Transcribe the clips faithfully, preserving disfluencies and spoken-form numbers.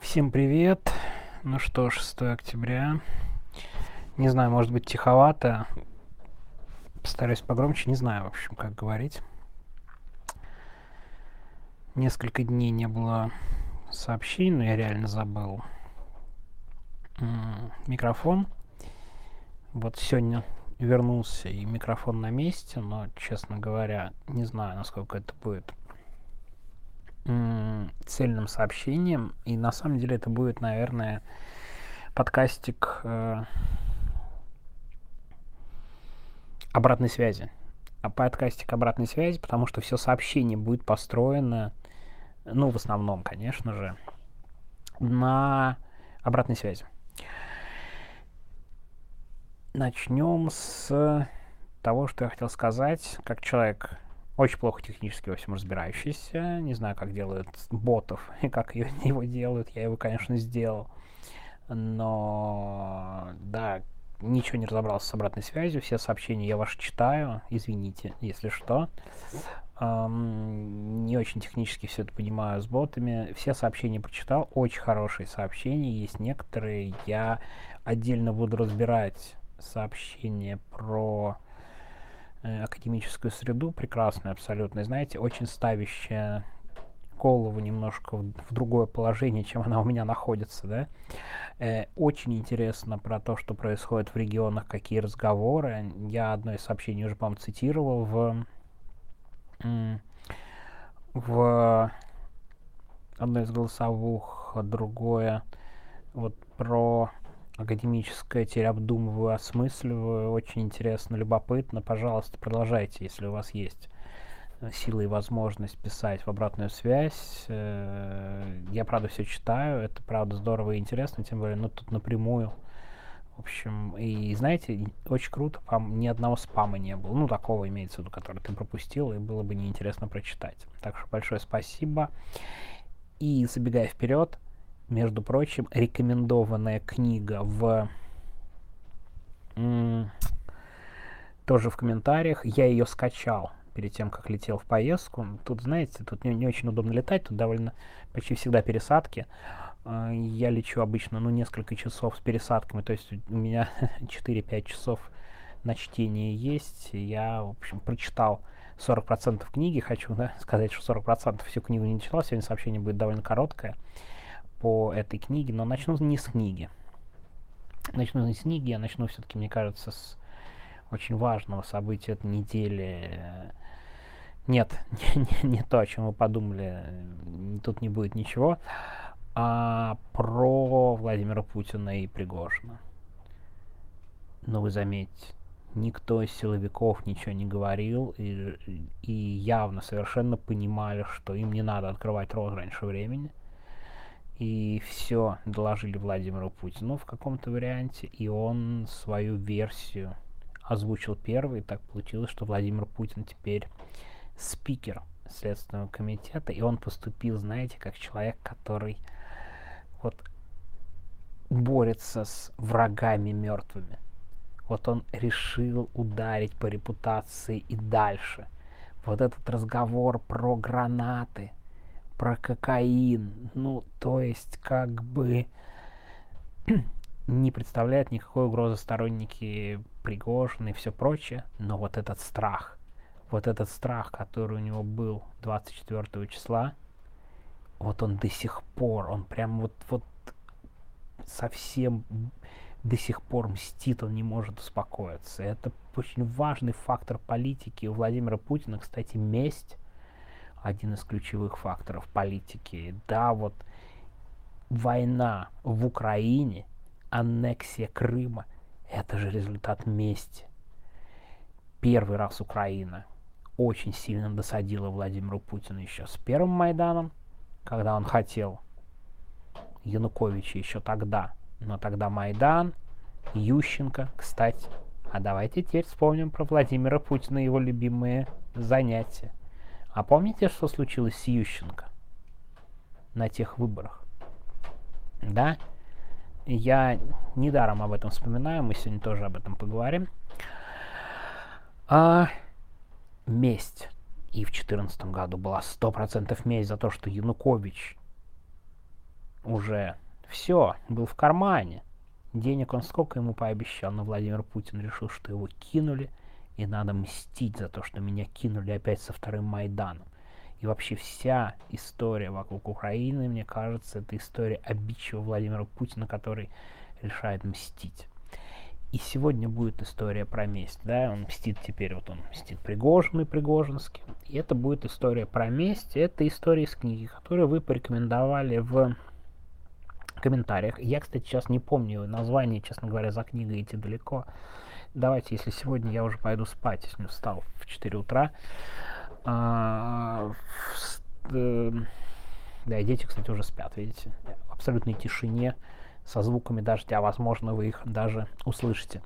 Всем привет. Ну что, шестое октября. Не знаю, может быть тиховато. Постараюсь погромче, не знаю, в общем, как говорить. Несколько дней не было сообщений, но я реально забыл м, микрофон. Вот сегодня вернулся, и микрофон на месте, но, честно говоря, не знаю, насколько это будет м, цельным сообщением. И на самом деле это будет, наверное, подкастик э, обратной связи. А подкастик обратной связи, потому что все сообщение будет построено, ну, в основном, конечно же, на обратной связи. Начнем с того, что я хотел сказать. Как человек очень плохо технически во всем разбирающийся, не знаю, как делают ботов и как его делают, я его, конечно, сделал. Но, да, ничего не разобрался с обратной связью, все сообщения я ваши читаю, извините, если что. Um, не очень технически все это понимаю с ботами. Все сообщения прочитал, очень хорошие сообщения, есть некоторые. Я отдельно буду разбирать сообщения про э, академическую среду, прекрасную абсолютно, знаете, очень ставящая голову немножко в, в другое положение, чем она у меня находится, да. Э, очень интересно про то, что происходит в регионах, какие разговоры. Я одно из сообщений уже, по-моему, цитировал в в одной из голосовых, другое вот про академическое, теперь обдумываю, осмысливаю, очень интересно, любопытно. Пожалуйста, продолжайте, если у вас есть сила и возможность писать в обратную связь. Я, правда, все читаю, это, правда, здорово и интересно, тем более, ну, тут напрямую. В общем, и знаете, очень круто, ни одного спама не было. Ну, такого имеется в виду, который ты пропустил, и было бы неинтересно прочитать. Так что большое спасибо. И забегая вперед, между прочим, рекомендованная книга в м- тоже в комментариях. Я ее скачал перед тем, как летел в поездку. Тут, знаете, тут не, не очень удобно летать, тут довольно почти всегда пересадки. Я лечу обычно, ну, несколько часов с пересадками, то есть у меня четыре-пять часов на чтение есть. Я, в общем, прочитал сорок процентов книги, хочу, да, сказать, что сорок процентов всю книгу не читал, сегодня сообщение будет довольно короткое по этой книге, но начну не с книги. Начну не с книги, я начну все-таки, мне кажется, с очень важного события этой недели. Нет, не, не, не то, о чем вы подумали, тут не будет ничего. А про Владимира Путина и Пригожина. Но вы заметьте, никто из силовиков ничего не говорил, и, и явно совершенно понимали, что им не надо открывать рот раньше времени. И все доложили Владимиру Путину в каком-то варианте, и он свою версию озвучил первый. И так получилось, что Владимир Путин теперь спикер Следственного комитета, и он поступил, знаете, как человек, который вот борется с врагами мертвыми. Вот он решил ударить по репутации и дальше. Вот этот разговор про гранаты, про кокаин, ну, то есть, как бы не представляет никакой угрозы сторонники Пригожина и все прочее, но вот этот страх, вот этот страх, который у него был двадцать четвёртого числа, вот он до сих пор, он прям вот, вот совсем до сих пор мстит, он не может успокоиться. Это очень важный фактор политики. У Владимира Путина, кстати, месть один из ключевых факторов политики. Да, вот война в Украине, аннексия Крыма, это же результат мести. Первый раз Украина очень сильно досадила Владимиру Путину еще с первым Майданом, когда он хотел Януковича еще тогда. Но тогда Майдан, Ющенко, кстати. А давайте теперь вспомним про Владимира Путина и его любимые занятия. А помните, что случилось с Ющенко на тех выборах? Да? Я недаром об этом вспоминаю, мы сегодня тоже об этом поговорим. А месть. И в две тысячи четырнадцатом году была сто процентов месть за то, что Янукович уже все, был в кармане. Денег он сколько ему пообещал, но Владимир Путин решил, что его кинули, и надо мстить за то, что меня кинули опять со вторым Майданом. И вообще вся история вокруг Украины, мне кажется, это история обидчивого Владимира Путина, который решает мстить. И сегодня будет история про месть, да, он мстит теперь, вот он мстит Пригожину и Пригожински. И это будет история про месть, это история из книги, которую вы порекомендовали в комментариях. Я, кстати, сейчас не помню название, честно говоря, за книгой идти далеко. Давайте, если сегодня я уже пойду спать, если не встал в четыре утра. А, в, э, да, и дети, кстати, уже спят, видите, в абсолютной тишине, со звуками дождя, возможно, вы их даже услышите.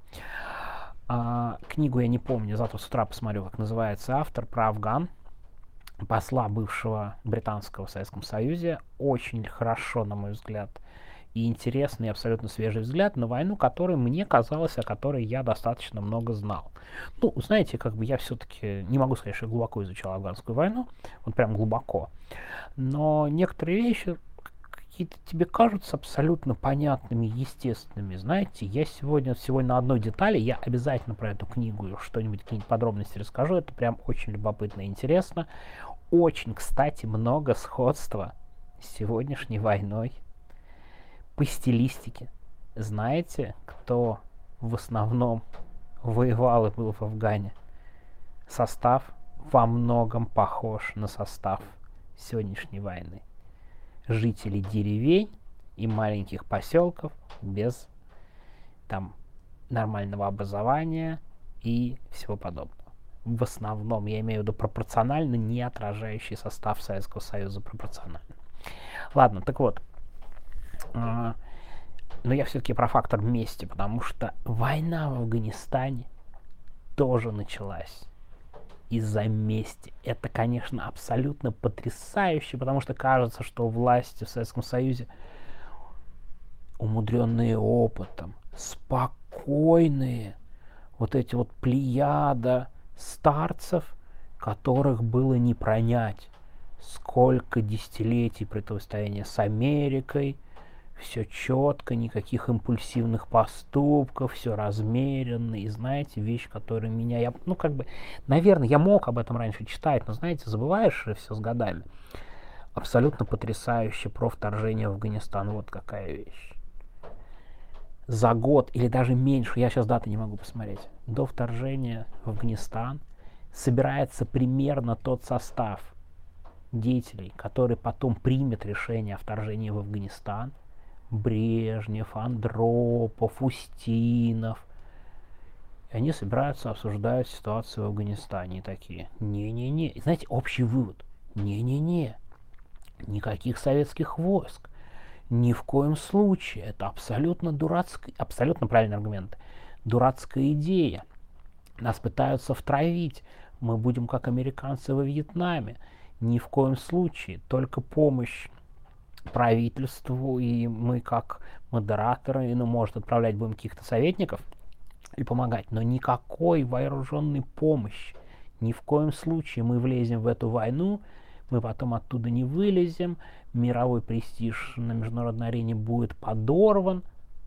А, книгу я не помню, зато с утра посмотрю, как называется автор, про Афган, посла бывшего британского в Советском Союзе. Очень хорошо, на мой взгляд, и интересный, и абсолютно свежий взгляд на войну, который мне казалось, о которой я достаточно много знал. Ну, знаете, как бы я все-таки не могу сказать, что я глубоко изучал афганскую войну, вот прям глубоко, но некоторые вещи какие-то тебе кажутся абсолютно понятными, естественными. Знаете, я сегодня всего на одной детали, я обязательно про эту книгу что-нибудь, какие-нибудь подробности расскажу, это прям очень любопытно и интересно. Очень, кстати, много сходства с сегодняшней войной по стилистике. Знаете, кто в основном воевал и был в Афгане? Состав во многом похож на состав сегодняшней войны. Жители деревень и маленьких поселков без там нормального образования и всего подобного. В основном, я имею в виду пропорционально не отражающий состав Советского Союза пропорционально. Ладно, так вот. Uh, но я все-таки про фактор мести, потому что война в Афганистане тоже началась из-за мести. Это, конечно, абсолютно потрясающе, потому что кажется, что власти в Советском Союзе, умудренные опытом, спокойные, вот эти вот плеяда старцев, которых было не пронять. Сколько десятилетий противостояния с Америкой, все четко, никаких импульсивных поступков, все размеренно. И знаете, вещь, которая меня... Я, ну, как бы, наверное, я мог об этом раньше читать, но, знаете, забываешь же все с годами. Абсолютно потрясающе про вторжение в Афганистан. Вот какая вещь. За год, или даже меньше, я сейчас даты не могу посмотреть, до вторжения в Афганистан собирается примерно тот состав деятелей, который потом примет решение о вторжении в Афганистан. Брежнев, Андропов, Устинов. И они собираются обсуждать ситуацию в Афганистане. И такие, не-не-не. И знаете, общий вывод. Не-не-не. Никаких советских войск. Ни в коем случае. Это абсолютно дурацкая, абсолютно правильный аргумент. Дурацкая идея. Нас пытаются втравить. Мы будем как американцы во Вьетнаме. Ни в коем случае. Только помощь правительству, и мы как модераторы, ну, может, отправлять будем каких-то советников и помогать, но никакой вооруженной помощи. Ни в коем случае мы влезем в эту войну, мы потом оттуда не вылезем, мировой престиж на международной арене будет подорван.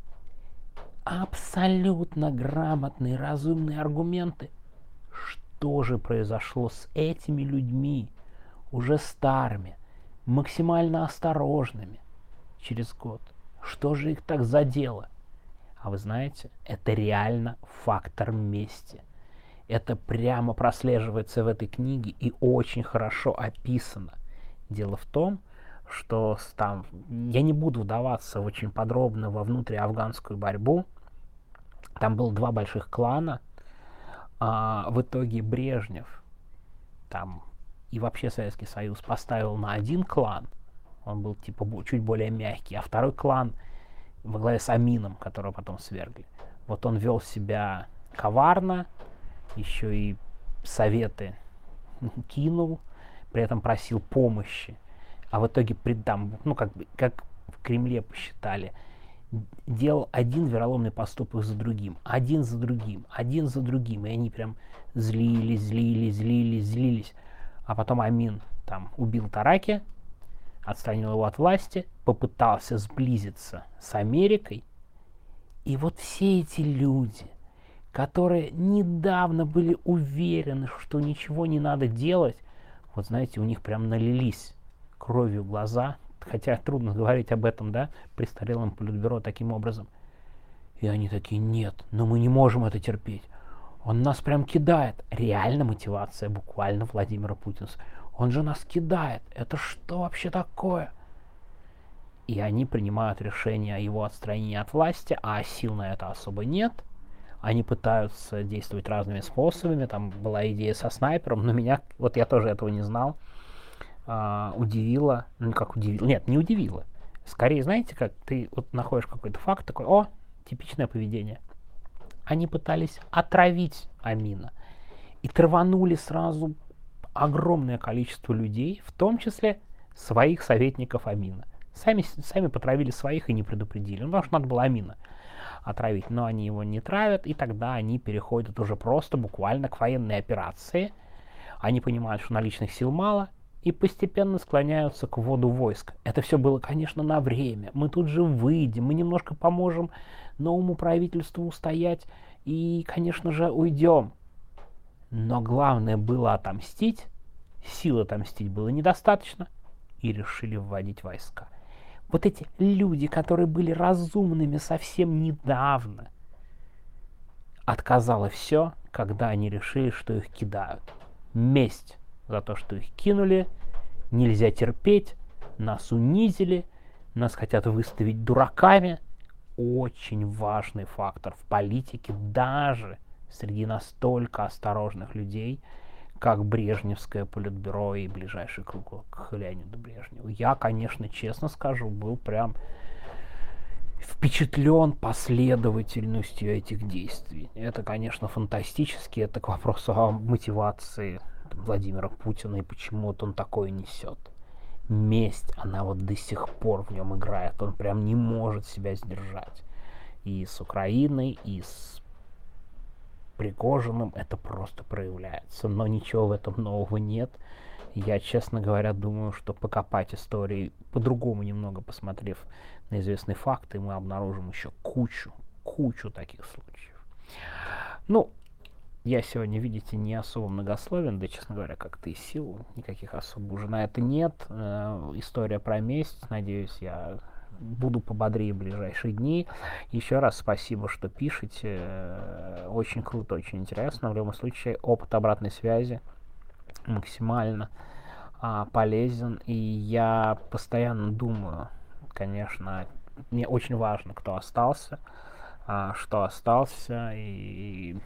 Абсолютно грамотные, разумные аргументы. Что же произошло с этими людьми, уже старыми, максимально осторожными через год? Что же их так задело? А вы знаете, это реально фактор мести. Это прямо прослеживается в этой книге и очень хорошо описано. Дело в том, что там, я не буду вдаваться очень подробно во внутриафганскую борьбу. Там было два больших клана. А в итоге Брежнев там и вообще Советский Союз поставил на один клан, он был типа чуть более мягкий, а второй клан во главе с Амином, которого потом свергли. Вот он вел себя коварно, еще и советы кинул, при этом просил помощи, а в итоге предам, ну как бы, как в Кремле посчитали, делал один вероломный поступок за другим, один за другим, один за другим, и они прям злились, злились, злились, злились. А потом Амин там убил Тараки, отстранил его от власти, попытался сблизиться с Америкой. И вот все эти люди, которые недавно были уверены, что ничего не надо делать, вот знаете, у них прям налились кровью глаза, хотя трудно говорить об этом, да, престарелом политбюро таким образом. И они такие: нет, но мы не можем это терпеть. Он нас прям кидает. Реально мотивация буквально Владимира Путина. Он же нас кидает. Это что вообще такое? И они принимают решение о его отстранении от власти, а сил на это особо нет. Они пытаются действовать разными способами. Там была идея со снайпером, но меня, вот я тоже этого не знал, а, удивило. Ну, как удивило? Нет, не удивило. Скорее, знаете, как ты вот находишь какой-то факт, такой: о, типичное поведение. Они пытались отравить Амина. И траванули сразу огромное количество людей, в том числе своих советников Амина. Сами, сами потравили своих и не предупредили. Ну, потому что надо было Амина отравить, но они его не травят, и тогда они переходят уже просто буквально к военной операции. Они понимают, что наличных сил мало, и постепенно склоняются к вводу войск. Это все было, конечно, на время. Мы тут же выйдем, мы немножко поможем новому правительству устоять и, конечно же, уйдем. Но главное было отомстить, сил отомстить было недостаточно, и решили вводить войска. Вот эти люди, которые были разумными совсем недавно, отказало все, когда они решили, что их кидают. Месть за то, что их кинули, нельзя терпеть, нас унизили, нас хотят выставить дураками. Очень важный фактор в политике, даже среди настолько осторожных людей, как Брежневское политбюро и ближайший круг к Леониду Брежневу. Я, конечно, честно скажу, был прям впечатлен последовательностью этих действий. Это, конечно, фантастически. Это к вопросу о мотивации Владимира Путина и почему вот он такое несет. Месть, она вот до сих пор в нем играет. Он прям не может себя сдержать. И с Украиной, и с Пригожиным это просто проявляется. Но ничего в этом нового нет. Я, честно говоря, думаю, что покопать истории, по-другому немного посмотрев на известные факты, мы обнаружим еще кучу, кучу таких случаев. Ну, я сегодня, видите, не особо многословен, да, честно говоря, как-то и сил никаких особо уже на это нет. Э, история про месть, надеюсь, я буду пободрее в ближайшие дни. Еще раз спасибо, что пишете. Очень круто, очень интересно. В любом случае, опыт обратной связи максимально а, полезен. И я постоянно думаю, конечно, мне очень важно, кто остался, а, что остался, и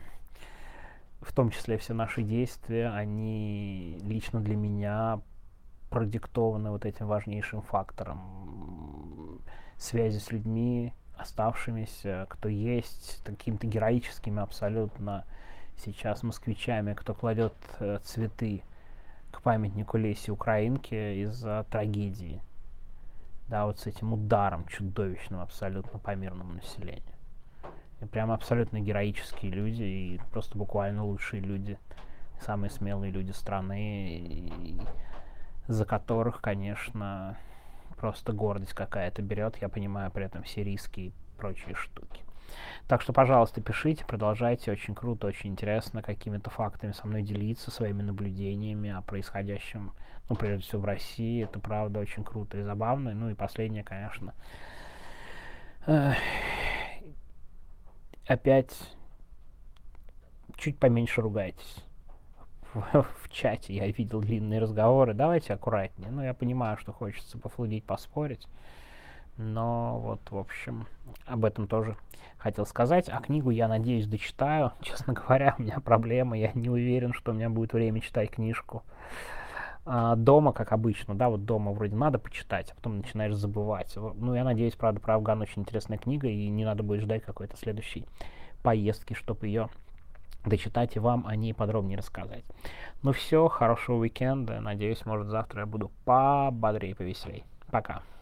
в том числе все наши действия, они лично для меня продиктованы вот этим важнейшим фактором связи с людьми, оставшимися, кто есть, какими-то героическими абсолютно сейчас москвичами, кто кладет э, цветы к памятнику Лесе Украинке из-за трагедии. Да, вот с этим ударом чудовищным абсолютно по мирному населению. И прям абсолютно героические люди, и просто буквально лучшие люди, самые смелые люди страны, и за которых, конечно, просто гордость какая-то берет. Я понимаю при этом все риски и прочие штуки. Так что, пожалуйста, пишите, продолжайте. Очень круто, очень интересно какими-то фактами со мной делиться, своими наблюдениями о происходящем, ну, прежде всего, в России. Это, правда, очень круто и забавно. Ну и последнее, конечно. Эх, опять чуть поменьше ругайтесь. В, в чате я видел длинные разговоры. Давайте аккуратнее. Ну, я понимаю, что хочется пофлудить, поспорить. Но вот, в общем, об этом тоже хотел сказать. А книгу, я надеюсь, дочитаю. Честно говоря, у меня проблема. Я не уверен, что у меня будет время читать книжку. А, дома, как обычно, да, вот дома вроде надо почитать, а потом начинаешь забывать. Ну, я надеюсь, правда, про Афган очень интересная книга, и не надо будет ждать какой-то следующей поездки, чтобы ее дочитать и вам о ней подробнее рассказать. Ну все, хорошего уикенда. Надеюсь, может, завтра я буду пободрее, повеселей. Пока.